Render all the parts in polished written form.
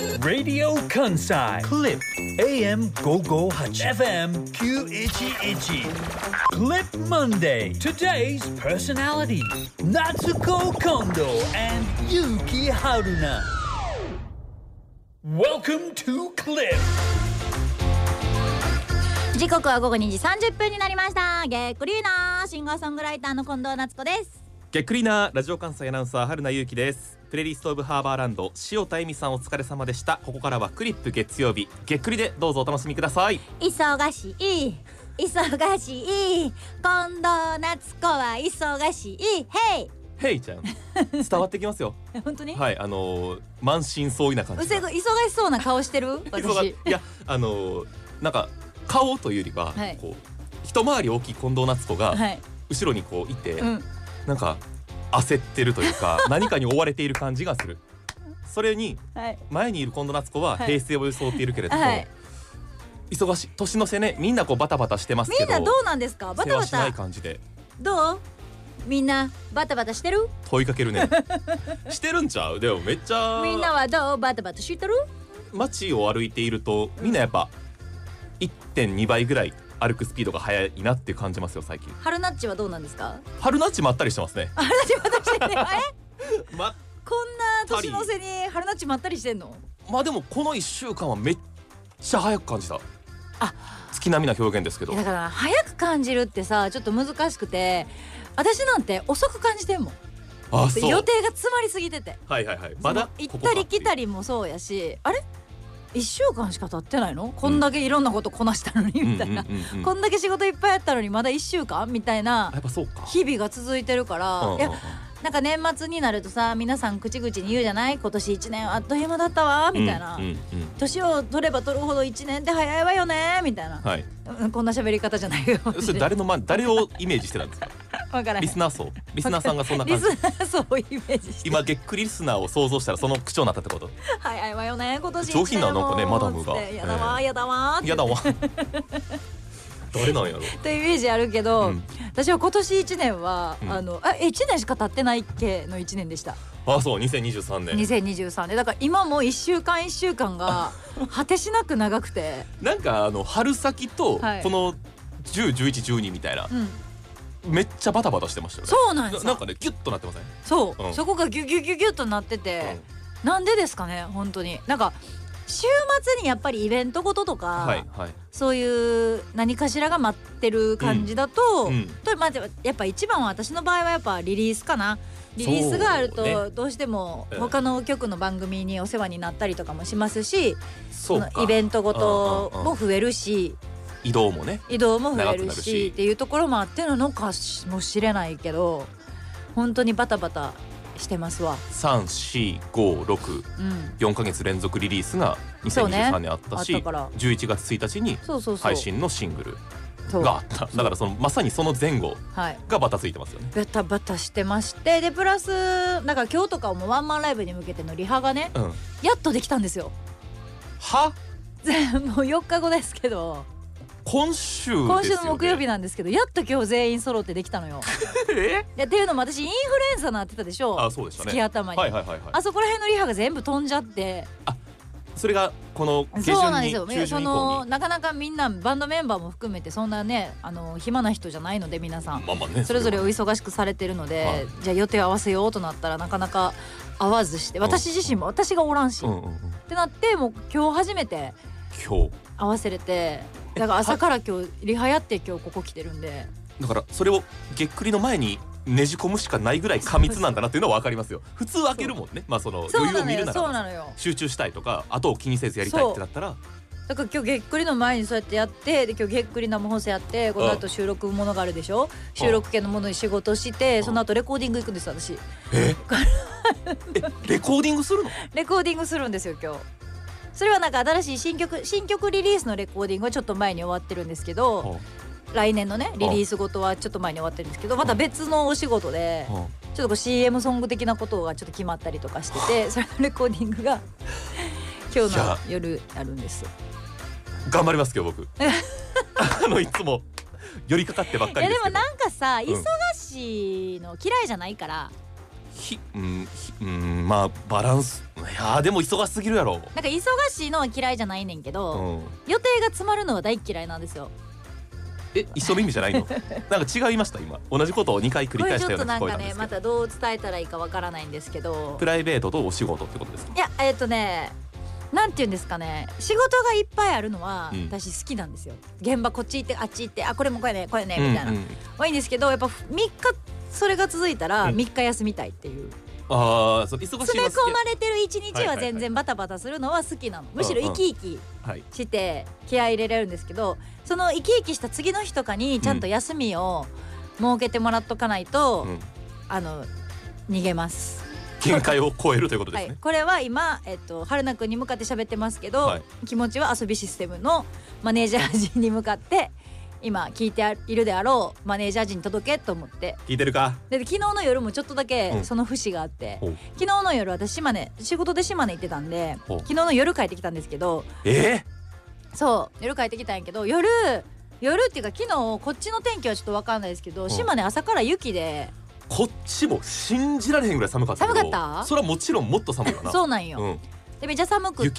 Radio Kansai Clip AM558 FM911 Clip Monday. Today's personality Natsuko Kondo and Yuki Haruna. Welcome to Clip. 時刻は午後2時30分になりました。げっくりーなシンガーソングライターの近藤夏子です。 げっくりなラジオ関西アナウンサー春名優希です。プレイリストオブハーバーランド塩田恵美さんお疲れ様でした。ここからはクリップ月曜日げっくりでどうぞお楽しみください。 忙しい忙しい近藤夏子は忙しいヘイヘイちゃん伝わってきますよ本当にはい満身創痍な感じ忙しそうな顔してる私いやなんか顔というよりは、はい、こう一回り大きい近藤夏子が、はい、後ろにこういて、なんか焦ってるというか何かに追われている感じがする。それに、はい、前にいる近藤夏子は平成を装っているけれども、はい、忙しい年の瀬ね、みんなこうバタバタしてますけど、 みんなどうなんですか？バタバタ世話しない感じでどう？みんなバタバタしてる？ 問いかけるねしてるんちゃう？でもめっちゃみんなはどう？バタバタしてる？ 街を歩いているとみんなやっぱ1.2 倍ぐらい歩くスピードが速いなって感じますよ最近。 春ナッチはどうなんですか？ 春ナッチまったりしてますね。 春ナッチまったりしてんねあれこんな年の瀬に春ナッチまったりしてんの？ まあでもこの1週間はめっちゃ早く感じた。月並みな表現ですけど、 だから早く感じるってさちょっと難しくて、私なんて遅く感じてんもん。 そう予定が詰まりすぎてて、 はいまだ行ったり来たりもそうやし、あれ1週間しか経ってないの？こんだけいろんなことこなしたのにみたいな、こんだけ仕事いっぱいやったのにまだ1週間みたいな日々が続いてるから、いやなんか年末になるとさ、皆さん口々に言うじゃない？今年1年あっという間だったわみたいな、年を取れば取るほど1年って早いわよねみたいな、こんな喋り方じゃないよ。 それ誰をイメージしてたんですか？ わからん。 リスナーさんがそんな感じ。 リスナー層をイメージして今げっくりリスナーを想像したらその口調になったってこと？ 早いわよね今年1年も。 上品ななんかねマダムがやだわやだわ誰なんやろというイメージあるけど、私は今年1年は1年しか経ってないっけの1年でした。 そう2023年だから今も1週間1週間が果てしなく長くてなんか春先とこの10、11、12みたいな、めっちゃバタバタしてましたよね。 そうなんです。 なんかねギュッとなってません？ そう、そこがギュギュギュギュッとなってて、なんでですかね本当に。なんか週末にやっぱりイベントごととか、そういう何かしらが待ってる感じだと、やっぱ一番は私の場合はやっぱリリースかな。リリースがあるとどうしても他の局の番組にお世話になったりとかもしますし、そのイベントごとも増えるし、移動も増えるしっていうところもあってのかもしれないけど、本当にバタバタしてますわ。 3、4、5、6、4ヶ月連続リリースが2023年あったし、11月1日に配信のシングルがあった。だからまさにその前後がバタついてますよね。 バタバタしてまして、でプラスなんか今日とかもワンマンライブに向けてのリハがね、やっとできたんですよ。もう4日後ですけど、 今週の木曜日なんですけど、やっと今日全員揃ってできたのよっていうのも私インフルエンザなってたでしょ。 そうでしたね。 月頭にあそこら辺のリハが全部飛んじゃって、 それがこの下旬に中旬以降になかなかみんなバンドメンバーも含めてそんなね暇な人じゃないので、皆さんそれぞれお忙しくされてるので、じゃあ予定合わせようとなったらなかなか合わずして、私自身も私がおらんしってなって、もう今日初めて合わせれて、だから朝から今日リハやって今日ここ来てるんで、 だからそれをげっくりの前にねじ込むしかないぐらい過密なんだなっていうのは分かりますよ。普通開けるもんね。その余裕を見るなら集中したいとか後を気にせずやりたいってなったら、 だから今日げっくりの前にそうやってやって、で今日げっくり生放送やって、この後収録ものがあるでしょ。収録系のものに仕事して、その後レコーディング行くんです私。 レコーディングするの？ レコーディングするんですよ今日。それはなんか新しい新曲リリースのレコーディングはちょっと前に終わってるんですけど、来年のねリリースごとはちょっと前に終わってるんですけど、また別のお仕事でちょっとこう CM ソング的なことがちょっと決まったりとかしてて、それのレコーディングが今日の夜あるんです。 頑張ります今日僕いつも寄りかかってばっかりですけど。 いやでもなんかさ、忙しいの嫌いじゃないから、 まあバランス、 いやでも忙しすぎるやろ。 なんか忙しいのは嫌いじゃないねんけど、予定が詰まるのは大嫌いなんですよ。 一緒の意味じゃないの？なんか違いました今。同じことを2回繰り返したような聞こえたんですけど。これちょっとなんかね、 またどう伝えたらいいかわからないんですけど。 プライベートとお仕事ってことですか？ いやなんて言うんですかね、仕事がいっぱいあるのは私好きなんですよ。現場こっち行ってあっち行って、あこれもこれねこれねみたいな、はいいんですけど、やっぱ3日それが続いたら3日休みたいっていう。 ああ、そう忙しいの好き。 詰め込まれてる1日は全然バタバタするのは好きなの。むしろ生き生きして気合い入れれるんですけど、その生き生きした次の日とかにちゃんと休みを設けてもらっとかないと、逃げます。 限界を超えるということですね。 これは今、春菜くんに向かって喋ってますけど、気持ちは遊びシステムのマネージャー陣に向かって今聞いているであろうマネージャー陣に届けと思って。 聞いてるか？ で昨日の夜もちょっとだけその節があって、昨日の夜私仕事で島根行ってたんで、昨日の夜帰ってきたんですけど、そう夜帰ってきたんやけど、夜っていうか昨日こっちの天気はちょっと分かんないですけど、島根朝から雪で、 こっちも信じられへんぐらい寒かったけど。寒かった？それはもちろんもっと寒いよな。 そうなんよ、でめっちゃ寒くって、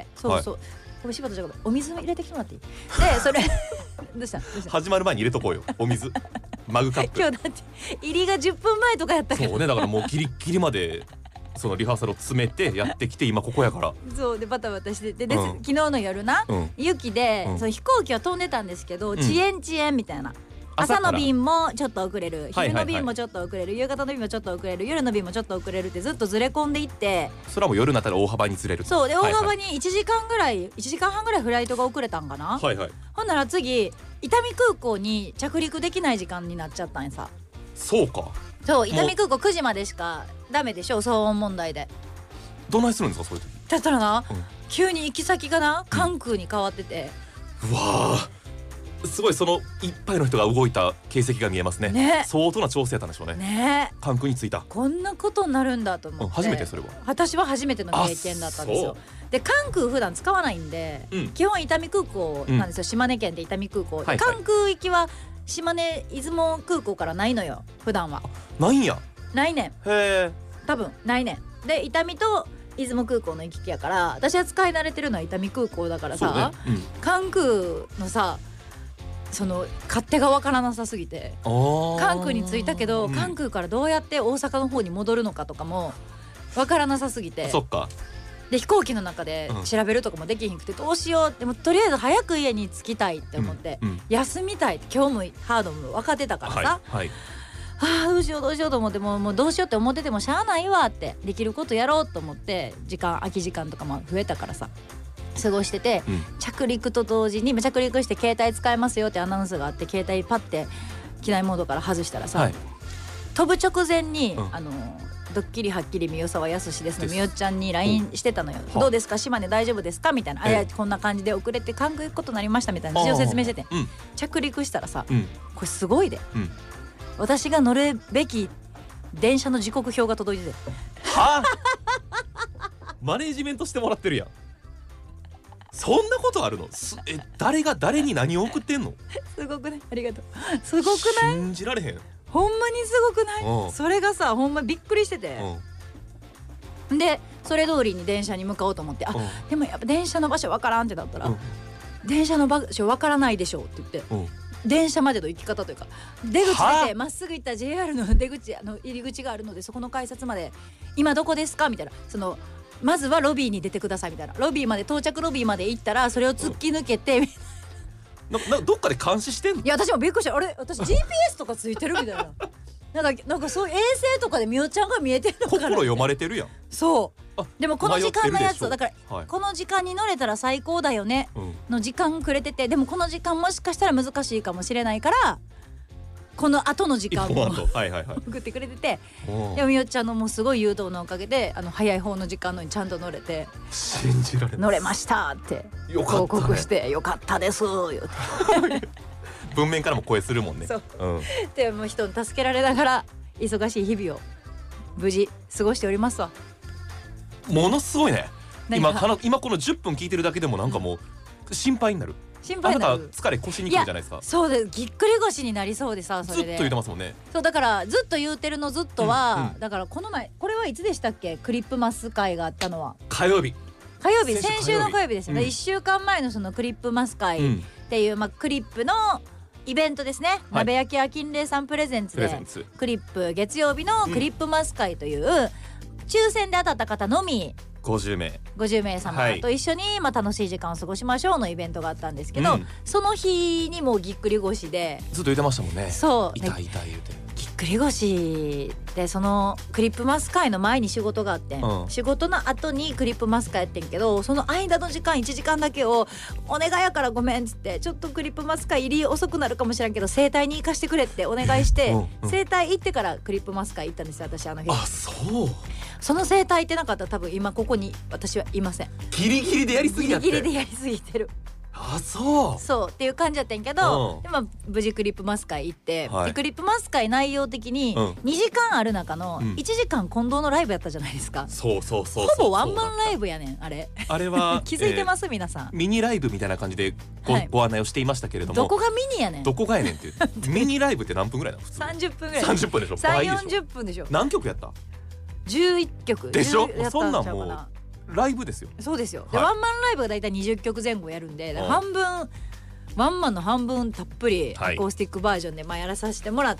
そうそう、ごめん柴田ちゃん、お水入れてきてもらっていい？でそれどうした始まる前に入れとこうよ、お水マグカップ。 今日だって入りが10分前とかやったから。 そうね、だからもうギリギリまでそのリハーサルを詰めてやってきて今ここやから。 そうでバタバタしてて、昨日の夜な、雪でその飛行機は飛んでたんですけど、遅延みたいな。朝の便もちょっと遅れる、昼の便もちょっと遅れる、夕方の便もちょっと遅れる、夜の便もちょっと遅れるってずっとずれ込んでいって、 それはもう夜になったら大幅にずれる。 そうで大幅に1時間半ぐらいフライトが遅れたんかな。ほんなら次伊丹空港に着陸できない時間になっちゃったんやさ。 そうか。 そう伊丹空港9時までしかダメでしょ、騒音問題で。 どないするんですかそういう時？ だったらな、急に行き先がな関空に変わってて、 うわーすごい、そのいっぱいの人が動いた形跡が見えますね。相当な調整やったんでしょうね。関空に着いた。 こんなことになるんだと思って。 初めて？それは私は初めての経験だったんですよ。で関空普段使わないんで、基本伊丹空港なんですよ。島根県で伊丹空港、関空行きは島根出雲空港からないのよ普段は。 ないんや。 ないねん。 へえ。 多分ないねん。で伊丹と出雲空港の行き来やから、私は使い慣れてるのは伊丹空港だからさ、関空のさその勝手が分からなさすぎて、関空に着いたけど、関空からどうやって大阪の方に戻るのかとかも分からなさすぎて。 そっか。 で飛行機の中で調べるとかもできひんくて、どうしようって、もとりあえず早く家に着きたいって思って、休みたいって今日もハードも分かってたからさ、どうしようと思って、もうどうしようって思っててもしゃあないわって、できることやろうと思って、空き時間とかも増えたからさ過ごしてて、着陸と同時に着陸して携帯使えますよってアナウンスがあって、携帯パッて機内モードから外したらさ、飛ぶ直前にドッキリはっきり宮沢康ですのみよちゃんに LINE してたのよ。どうですか島根大丈夫ですかみたいな。こんな感じで遅れて関空行くことになりましたみたいな事情説明してて、着陸したらさ、これすごいで、私が乗るべき電車の時刻表が届いてて、 マネージメントしてもらってるやん。そんなことあるの？誰が誰に何を送ってんの？ すごくない？ありがとう。すごくない？ 信じられへん。 ほんまにすごくない？それがさ、ほんまびっくりしてて、でそれ通りに電車に向かおうと思って、でもやっぱ電車の場所わからんってなったら、電車の場所わからないでしょって言って、電車までの行き方というか、出口出てまっすぐ行った JR の出口入り口があるので、そこの改札まで今どこですかみたいな、まずはロビーに出てくださいみたいな、ロビーまで到着ロビーまで行ったらそれを突き抜けて、 どっかで監視してんの？いや私もびっくりした。あれ私 GPS とかついてるみたいななんかそういう衛星とかでみおちゃんが見えてるのかな。 心読まれてるやん。 そうでもこの時間のやつだから、この時間に乗れたら最高だよねの時間くれてて、でもこの時間もしかしたら難しいかもしれないから、この後の時間も送ってくれてて、でもみよちゃんのもうすごい誘導のおかげで早い方の時間のにちゃんと乗れて、 信じられない、 乗れましたって報告してよかったです言うて文面からも声するもんね。 でも人に助けられながら忙しい日々を無事過ごしておりますわ。 ものすごいね。今この10分聞いてるだけでもなんかもう心配になる。あなた疲れ腰にくるじゃないですか。 そうです、ぎっくり腰になりそうでさ、それでずっと言ってますもんね。 そうだからずっと言うてるのずっとは、だからこの前これははいつでしたっけ？クリップマス会があったのは火曜日、 先週の火曜日ですよね。1週間前のそのクリップマス会っていう、クリップのイベントですね。鍋焼きや金麗さんプレゼンツでクリップ月曜日のクリップマス会という抽選で当たった方のみ50名様と一緒に楽しい時間を過ごしましょうのイベントがあったんですけど、その日にもぎっくり腰でずっと言ってましたもんね。 そう痛い言うてぎっくり腰で、そのクリップマス会の前に仕事があって、仕事の後にクリップマス会やってんけど、その間の時間1時間だけをお願いやからごめんっつって、ちょっとクリップマス会入り遅くなるかもしれんけど整体に行かしてくれってお願いして、整体行ってからクリップマス会行ったんですよ、私あの日。 あ、そう。 その整体行ってなかったら多分今ここに私はいません。 ギリギリでやりすぎやって。 ギリギリでやりすぎてる。 あ、そうっていう感じだったんやけど、で無事クリップマス会行って、でクリップマス会内容的に2時間ある中の1時間近藤のライブやったじゃないですか。 そうほぼワンマンライブやねんあれは気づいてます、皆さん。 ミニライブみたいな感じでご案内をしていましたけれども、 どこがミニやねん。 どこがやねんってミニライブって何分ぐらいなの？普通 30分ぐらい。 30分でしょ。 3-40分でしょ。 何曲やった ？11曲でしょ。そんなんもうライブですよ。 そうですよ。でワンマンライブがだいたい20曲前後やるんで、半分ワンマンの半分たっぷりアコースティックバージョンでやらさせてもらって、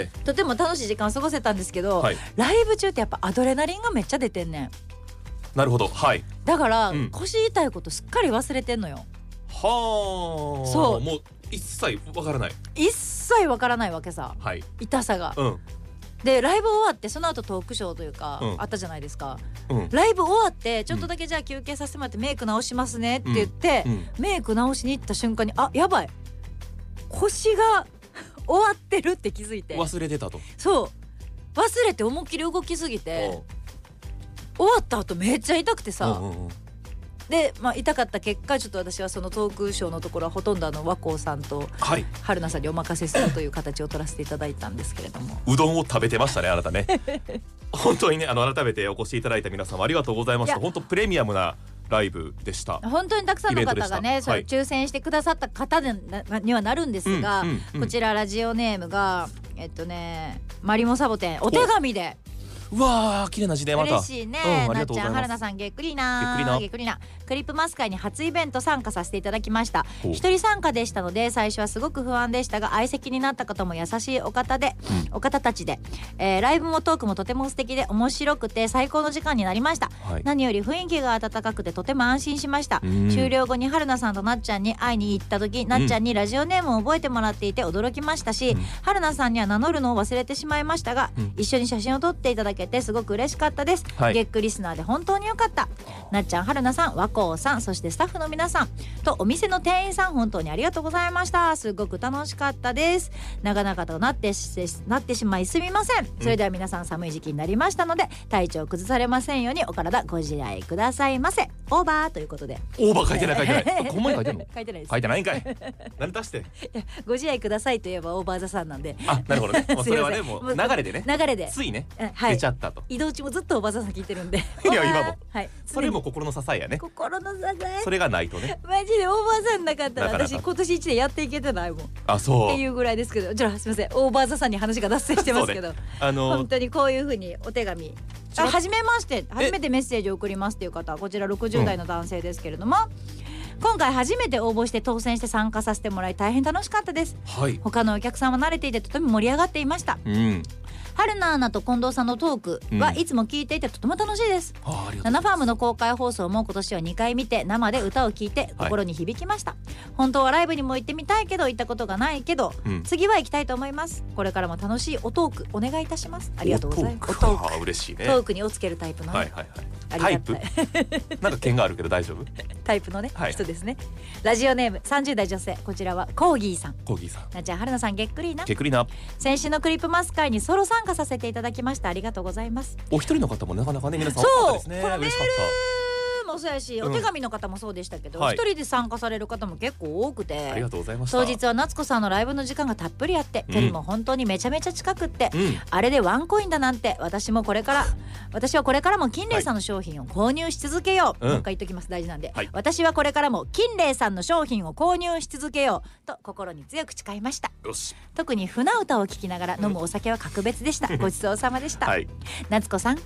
とても楽しい時間を過ごせたんですけど、ライブ中ってやっぱアドレナリンがめっちゃ出てんねん。 なるほど。はい。 だから腰痛いことすっかり忘れてんのよ。 はあ。そう。もう一切わからない。 一切わからないわけさ。痛さが。でライブ終わってその後トークショーというかあったじゃないですか。ライブ終わってちょっとだけじゃあ休憩させてもらってメイク直しますねって言ってメイク直しに行った瞬間に、あ、やばい、腰が終わってるって気づいて。 忘れてたと。 そう忘れて思いっきり動きすぎて終わった後めっちゃ痛くてさ、で、痛かった結果ちょっと私はそのトークショーのところはほとんど和光さんと春菜さんにお任せするという形を取らせていただいたんですけれども、 うどんを食べてましたね、あなたね。本当にね、改めてお越しいただいた皆様ありがとうございました。本当プレミアムなライブでした。 本当にたくさんの方がね、それ抽選してくださった方にはなるんですが、こちらラジオネームがマリモサボテンお手紙で。 うわー、綺麗な字でまた嬉しいね。なっちゃん、春菜さん、げっくりなクリップマス会に初イベント参加させていただきました。一人参加でしたので最初はすごく不安でしたが、相席になった方も優しいお方たちで、ライブもトークもとても素敵で面白くて最高の時間になりました。何より雰囲気が温かくてとても安心しました。終了後に春菜さんとなっちゃんに会いに行った時、なっちゃんにラジオネームを覚えてもらっていて驚きましたし、春菜さんには名乗るのを忘れてしまいましたが、一緒に写真を撮っていただけてすごく嬉しかったです。ゲックリスナーで本当に良かった。なっちゃん、春菜さん、和光さん、そしてスタッフの皆さんとお店の店員さん、本当にありがとうございました。すごく楽しかったです。長々となってしまいすみません。それでは皆さん、寒い時期になりましたので体調崩されませんようにお体ご自愛くださいませ。オーバーということで。 オーバー書いてないほんまに書いてんの？ 書いてないです。 書いてないんかい。何出してご自愛くださいといえばオーバーザさんなんで。 あ、なるほどね。それはね、もう流れでね、ついね出ちゃったと。 移動中もずっとオーバーザさん聞いてるんで。 いや今もそれも心の支えやね。 心の支え、 それがないとね。 マジでオーバーザさんなかったら私今年1年やっていけてないもん。 あ、そうっていうぐらいですけど、じゃあすみません、オーバーザさんに話が脱線してますけど、本当にこういう風にお手紙、初めまして初めてメッセージを送りますという方はこちら60代の男性ですけれども、今回初めて応募して当選して参加させてもらい大変楽しかったです。他のお客さんは慣れていてとても盛り上がっていました。春菜アナと近藤さんのトークはいつも聞いていてとても楽しいです。ナナファームの公開放送も今年は2回見て生で歌を聴いて心に響きました。本当はライブにも行ってみたいけど行ったことがないけど、次は行きたいと思います。これからも楽しいおトークお願いいたします。ありがとうございます。おトーク、嬉しいね。トークにおつけるタイプのね、タイプなんか剣があるけど大丈夫？ タイプのね、人ですね。ラジオネーム30代女性、こちらはコーギーさん。なっちゃん、春菜さん、げっくりな。先週のクリップマス会にソロ参加させていただきました。ありがとうございます。 お一人の方もなかなかね、皆さん多かったですね。 このメールもそうやし、お手紙の方もそうでしたけど、一人で参加される方も結構多くて、 ありがとうございました。 当日は夏子さんのライブの時間がたっぷりあって、距離も本当にめちゃめちゃ近くって、あれでワンコインだなんて、私はこれからも金麗さんの商品を購入し続けよう。もう一回言っときます、大事なんで、私はこれからも金麗さんの商品を購入し続けようと心に強く誓いました。特に船歌を聴きながら飲むお酒は格別でした。ごちそうさまでした。夏子さん、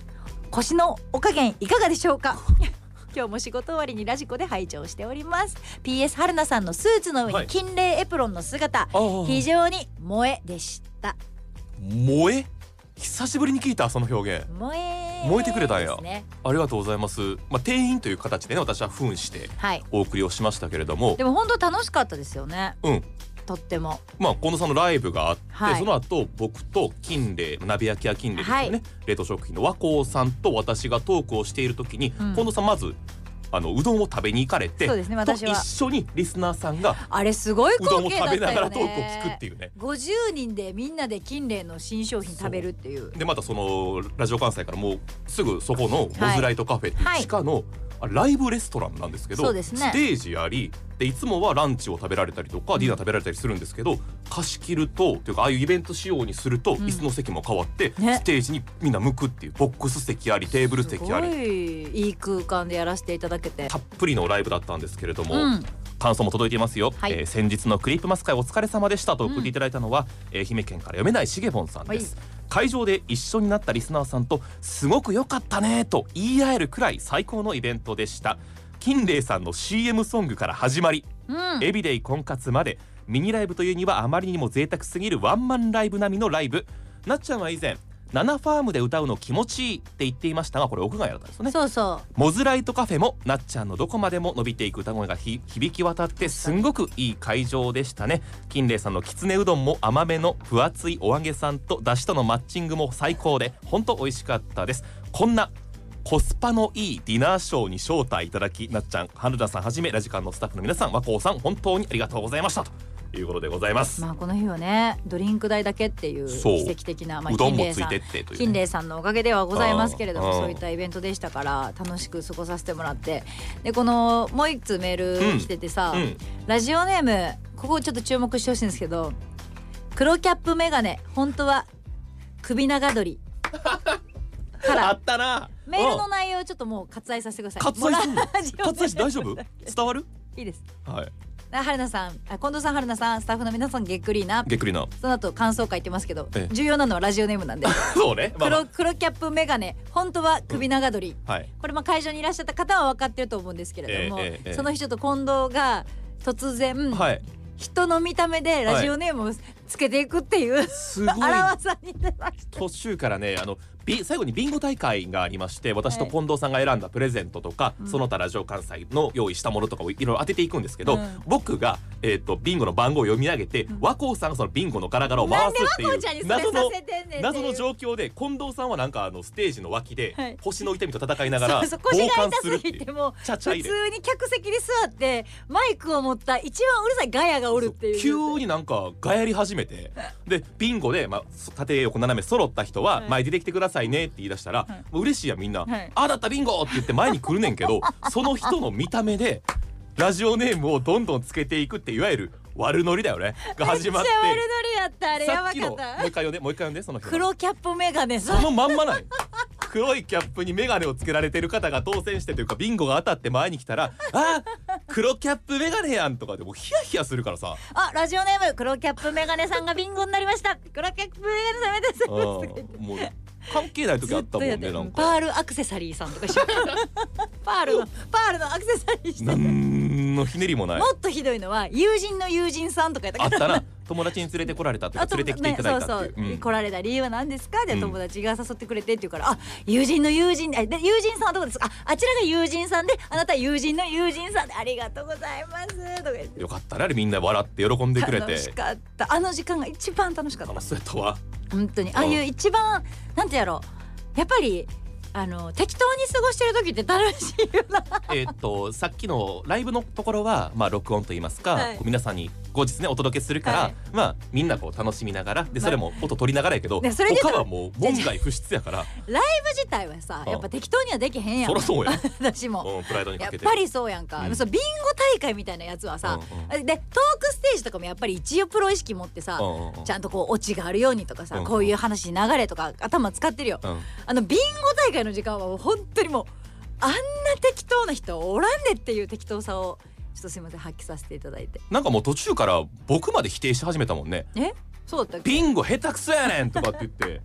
腰のお加減いかがでしょうか今日も仕事終わりにラジコで拝聴しております。 PS 春菜さんのスーツの上に金麗エプロンの姿、非常に萌えでした。 萌え、久しぶりに聞いたその表現。 萌えてくれたんや、ね、ありがとうございます。店員という形でね、私は扮してお送りをしましたけれども、 でも本当楽しかったですよね。とっても近藤さんのライブがあって、その後僕と金麗、鍋焼き屋金麗ですよね、冷凍食品の和光さんと私がトークをしている時に、近藤さんまずうどんを食べに行かれて、 そうですね、私は一緒にリスナーさんがあれすごい光景だったよね。 うどんを食べながらトークを聞くっていうね。 50人でみんなで金麗の新商品食べるっていう。 でまたそのラジオ関西からもうすぐそこのモズライトカフェっていう地下の、ライブレストランなんですけど、 そうですね、 ステージありで、いつもはランチを食べられたりとかディナー食べられたりするんですけど、貸し切るとというかああいうイベント仕様にすると、椅子の席も変わって、ステージにみんな向くっていう、ボックス席ありテーブル席あり、 すごいいい空間でやらせていただけて、 たっぷりのライブだったんですけれども、感想も届いていますよ。先日のクリップマス会お疲れ様でしたと送っていただいたのは、愛媛県から読めないしげぼんさんです。会場で一緒になったリスナーさんとすごく良かったねと言い合えるくらい最高のイベントでした。金麗さんの CM ソングから始まり、エビデイ婚活まで、ミニライブというにはあまりにも贅沢すぎるワンマンライブ並みのライブ。なっちゃんは以前ナナファームで歌うの気持ちいいって言っていましたが、これ屋外だったんですよね。 そうそう、 モズライトカフェもなっちゃんのどこまでも伸びていく歌声が響き渡ってすんごくいい会場でしたね。金麗さんのきつねうどんも甘めの分厚いお揚げさんとだしとのマッチングも最高で本当美味しかったです。こんなコスパのいいディナーショーに招待いただき、なっちゃん、春田さんはじめラジカンのスタッフの皆さん、和光さん本当にありがとうございましたということでございます。 この日はね、ドリンク代だけっていう奇跡的な、 うどんもついてってという、 金麗さんのおかげではございますけれども、そういったイベントでしたから楽しく過ごさせてもらって、でこのもう一通メール来ててさ、ラジオネームここちょっと注目してほしいんですけど、黒キャップメガネ本当は首長鳥からあったな。 メールの内容をちょっともう割愛させてください。 割愛するの？割愛して大丈夫？伝わる？ いいです。 はい。 春菜さん、近藤さん、春菜さん、スタッフの皆さんげっくりな。 げっくりな。 その後感想書いてますけど、重要なのはラジオネームなんで。 そうね。 黒キャップメガネ、本当は首長鳥。これ会場にいらっしゃった方は分かってると思うんですけれども、その日ちょっと近藤が突然、人の見た目でラジオネームをつけていくっていう、 すごい荒技に出ました。 途中からね、最後にビンゴ大会がありまして、私と近藤さんが選んだプレゼントとか、その他ラジオ関西の用意したものとかをいろいろ当てていくんですけど、僕が、ビンゴの番号を読み上げて、和光さんがそのビンゴのガラガラを回すっていう謎の状況で、近藤さんはなんかステージの脇で星の痛みと戦いながら傍観するっていう。 普通に客席に座ってマイクを持った一番うるさいガヤがおるっていう。 急になんかガヤり始めて、でビンゴで、縦横斜め揃った人は前出てきてくださいねって言い出したら、嬉しいやみんな、あだったビンゴって言って前に来るねんけど、その人の見た目でラジオネームをどんどんつけていくって、いわゆる悪ノリだよねが始まって、 めっちゃ悪ノリやった。あれやばかった。 もう一回読んでその人黒キャップメガネ、 そのまんまない黒いキャップにメガネをつけられてる方が当選してというか、ビンゴが当たって前に来たら、あ黒キャップメガネやんとかでもヒヤヒヤするからさ、 ラジオネーム黒キャップメガネさんがビンゴになりました、黒キャップメガネさんめてすもう関係ない時あったもんね。なんかパールアクセサリーさんとかパールのアクセサリーしてなんのひねりもない。 もっとひどいのは友人の友人さんとかやったから、 あったな。友達に連れてこられたとか連れてきていただいたっていう、 来られた理由は何ですかで、友達が誘ってくれてって言うから、友人の友人で、友人さんはどこですか、あちらが友人さんで、あなたは友人の友人さんで、ありがとうございますとか言って、 よかったね、あれみんな笑って喜んでくれて楽しかった。あの時間が一番楽しかった。 楽しそうやったわ本当に。ああいう一番なんてやろう、やっぱり適当に過ごしてる時って楽しいよなさっきのライブのところは、録音といいますか、皆さんに後日ねお届けするから、みんなこう楽しみながらで、それも音取りながらやけど、他はもう門外不出やから、 ライブ自体はさ、やっぱ適当にはできへんやん。 そりゃそうや私もプライドにかけてやっぱりそうやんか。そうビンゴ大会みたいなやつはさ、でトークステージとかもやっぱり一応プロ意識持ってさ、ちゃんとこうオチがあるようにとかさ、こういう話流れとか頭使ってるよ。ビンゴ大会の時間は本当にもうあんな適当な人おらんねっていう適当さをちょっとすいません発揮させていただいて、 なんかもう途中から僕まで否定し始めたもんね。 そうだったっけ。 ビンゴ下手くそやねんとかって言って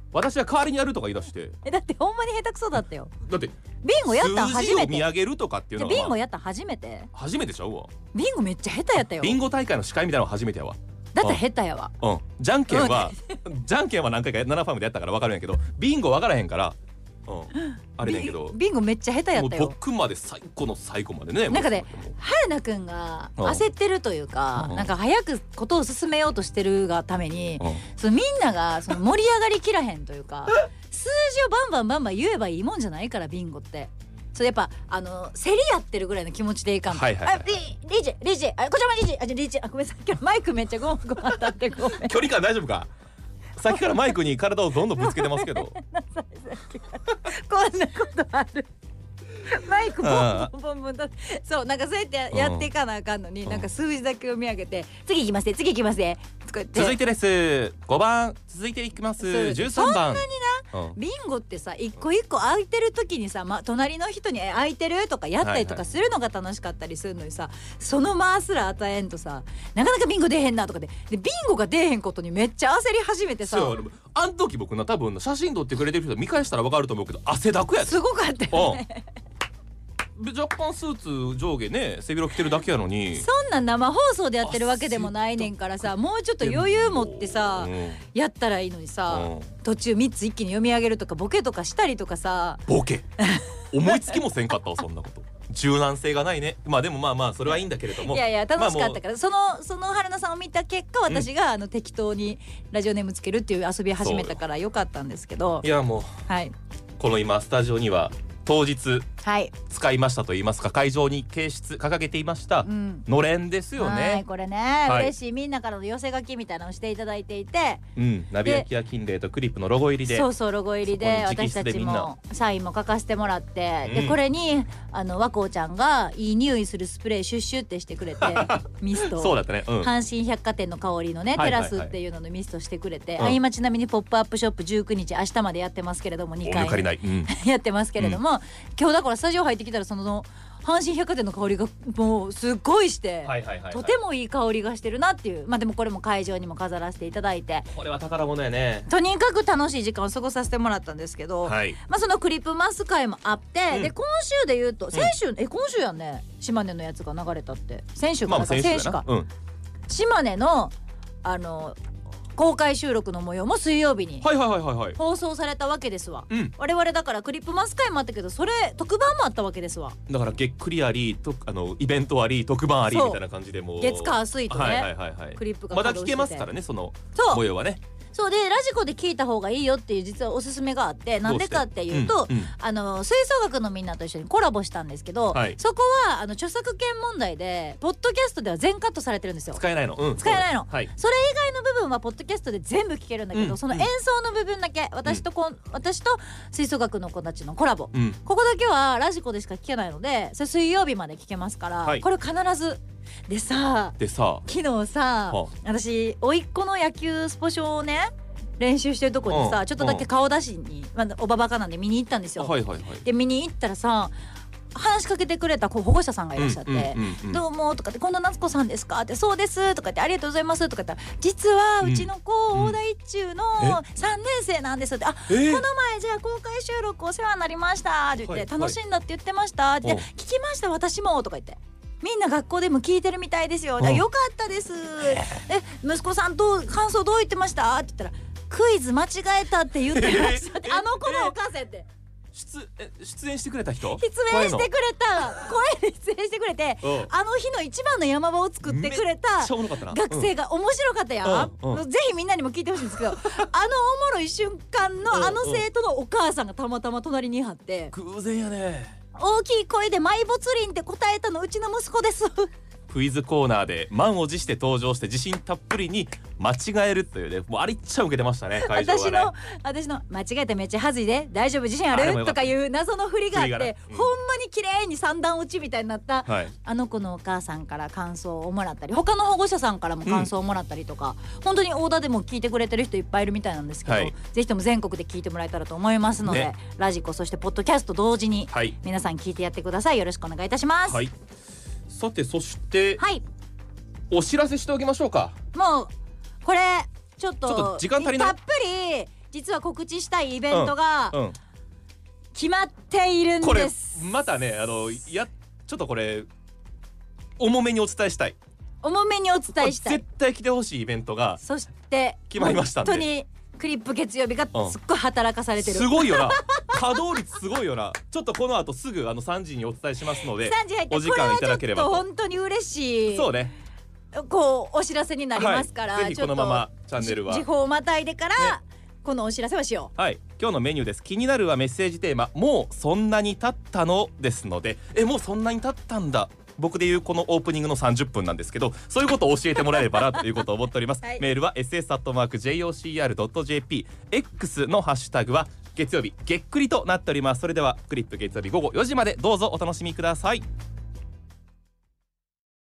私は代わりにやるとか言い出して。 だってほんまに下手くそだったよ。 だってビンゴやったん初めて。数字を見上げるとかっていうのは、 ビンゴやったん初めて。 初めてちゃうわ。 ビンゴめっちゃ下手やったよ。 ビンゴ大会の司会みたいなの初めてやわ。 だって下手やわ。 じゃんけんはじゃんけんは何回か7ファームでやったから分かるんやけど、ビンゴ分からへんから、あれだけどビンゴめっちゃ下手やったよ。 僕まで最後の最後までね。 なんかね、春菜くんが焦ってるというか、なんか早くことを進めようとしてるがために、そのみんながその盛り上がりきらへんというか、数字をバンバン言えばいいもんじゃないから、ビンゴって。そうやっぱ競り合ってるぐらいの気持ちでいかんと。リージこちらもリージごめん、さっきのマイクめっちゃゴンゴン当たってごめん。 距離感大丈夫か。さっきからマイクに体をどんどんぶつけてますけど。こんなことある。マイクボンボンボンボンだ。そう、なんかそうやってやっていかなあかんのに、なんか数字だけを見上げて、次行きますね、次行きますね。 続いてです。5番続いていきます。13番。そんなにな、ビンゴってさ、一個一個空いてる時にさ、隣の人に空いてるとかやったりとかするのが楽しかったりするのにさ、その間すら与えんとさ、なかなかビンゴ出へんなとかでビンゴが出へんことにめっちゃ焦り始めてさ。 あん時僕な、多分写真撮ってくれてる人見返したら分かると思うけど、汗だくやで。 すごかったよね。 若干スーツ上下ね、背広着てるだけやのに。 そんな生放送でやってるわけでもないねんからさ、もうちょっと余裕持ってさ、やったらいいのにさ、途中3つ一気に読み上げるとかボケとかしたりとかさ。 ボケ思いつきもせんかったわ、そんなこと。柔軟性がないね。でもそれはいいんだけれども、 いやいや楽しかったから、その春菜さんを見た結果、私が適当にラジオネームつけるっていう遊び始めたからよかったんですけど。 いやもう、この今スタジオには当日使いましたと言いますか、会場に掲げていましたのれんですよね。 これね、嬉しい。みんなからの寄せ書きみたいなのをしていただいていて、 ナビヤキヤ金麗とクリップのロゴ入りで、 そうロゴ入りで私たちもサインも書かせてもらって、でこれに和光ちゃんがいい匂いするスプレーシュッシュってしてくれて、ミスト。 そうだったね。 阪神百貨店の香りのね、テラスっていうののミストしてくれて、今ちなみにポップアップショップ19日明日までやってますけれども、2回やってますけれども、今日だからスタジオ入ってきたら、その阪神百貨店の香りがもうすっごいして、とてもいい香りがしてるなっていう。でもこれも会場にも飾らせていただいて、 これは宝物やね。 とにかく楽しい時間を過ごさせてもらったんですけど、そのクリップマス会もあって、で今週で言うと、先週今週やんね、島根のやつが流れたって。先週か先週か、島根の公開収録の模様も水曜日に放送されたわけですわ。我々だからクリップマス会もあったけど、それ特番もあったわけですわ。 だからげっくりありイベントあり特番ありみたいな感じで、もう月火水とね、クリップがまだ聞けますからね、その模様はね。 そうで、ラジコで聞いた方がいいよっていう実はおすすめがあって、なんでかっていうと、吹奏楽のみんなと一緒にコラボしたんですけど、そこは著作権問題でポッドキャストでは全カットされてるんですよ。使えないの。それ以外の部分はポッドキャストで全部聞けるんだけど、その演奏の部分だけ、私と吹奏楽の子たちのコラボ、ここだけはラジコでしか聞けないので、それ水曜日まで聞けますから、これ必ず。でさ、昨日さ、私甥っ子の野球スポ少をね練習してるとこにさ、ちょっとだけ顔出しに、おばばかなんで見に行ったんですよ。で見に行ったらさ、話しかけてくれた保護者さんがいらっしゃって「どうも」とかって「近藤夏子さんですか?」って「そうです」とかって「ありがとうございます」とかって「実はうちの子大田一中の3年生なんです」って「この前じゃあ公開収録お世話になりました」って言って「楽しんだって言ってました」って「聞きました私も」とか言って。みんな学校でも聞いてるみたいですよ。よかったです。息子さん感想どう言ってましたって言ったら、クイズ間違えたって言ってましたって。あの子のお母さんって出演してくれた人、 出演してくれた声で出演してくれて、あの日の一番の山場を作ってくれた学生が面白かったやん。ぜひみんなにも聞いてほしいんですけど、あのおもろい瞬間のあの生徒のお母さんがたまたま隣にいはって、 偶然やね。 大きい声で「マイボツリン」って答えたのうちの息子です。 クイズコーナーで満を持して登場して自信たっぷりに間違えるというね、もうありっちゃ受けてましたね、会場はね。 私の間違えてめっちゃはずいで大丈夫自信あるとかいう謎の振りがあって、ほんまに綺麗に三段落ちみたいになった、あの子のお母さんから感想をもらったり、他の保護者さんからも感想をもらったりとか、本当に大田でも聞いてくれてる人いっぱいいるみたいなんですけど、ぜひとも全国で聞いてもらえたらと思いますので、ラジコそしてポッドキャスト同時に皆さん聞いてやってください。よろしくお願いいたします。 さて、そしてお知らせしておきましょうか。 もうこれちょっと時間足りない。 たっぷり実は告知したいイベントが決まっているんです。 これまたねちょっとこれ重めにお伝えしたい。 重めにお伝えしたい。 絶対来てほしいイベントがそして決まりましたんで。 本当にクリップ月曜日がすっごい働かされてる、 すごいよな稼働率すごいよな。ちょっとこの後すぐ3時にお伝えしますので、 3時入ってお時間いただければと。 これはちょっと本当に嬉しい、 そうね、 こうお知らせになりますから、 はい、ぜひこのままチャンネルは時報をまたいでから、このお知らせをしよう。はい、今日のメニューです。気になるはメッセージテーマ、もうそんなに経ったのですので、もうそんなに経ったんだ、僕でいうこのオープニングの30分なんですけど、そういうことを教えてもらえればなということを思っております、はい、メールは ss@jocr.jp、 X のハッシュタグは月曜日げっくりとなっております。それではクリップ月曜日午後4時までどうぞお楽しみください。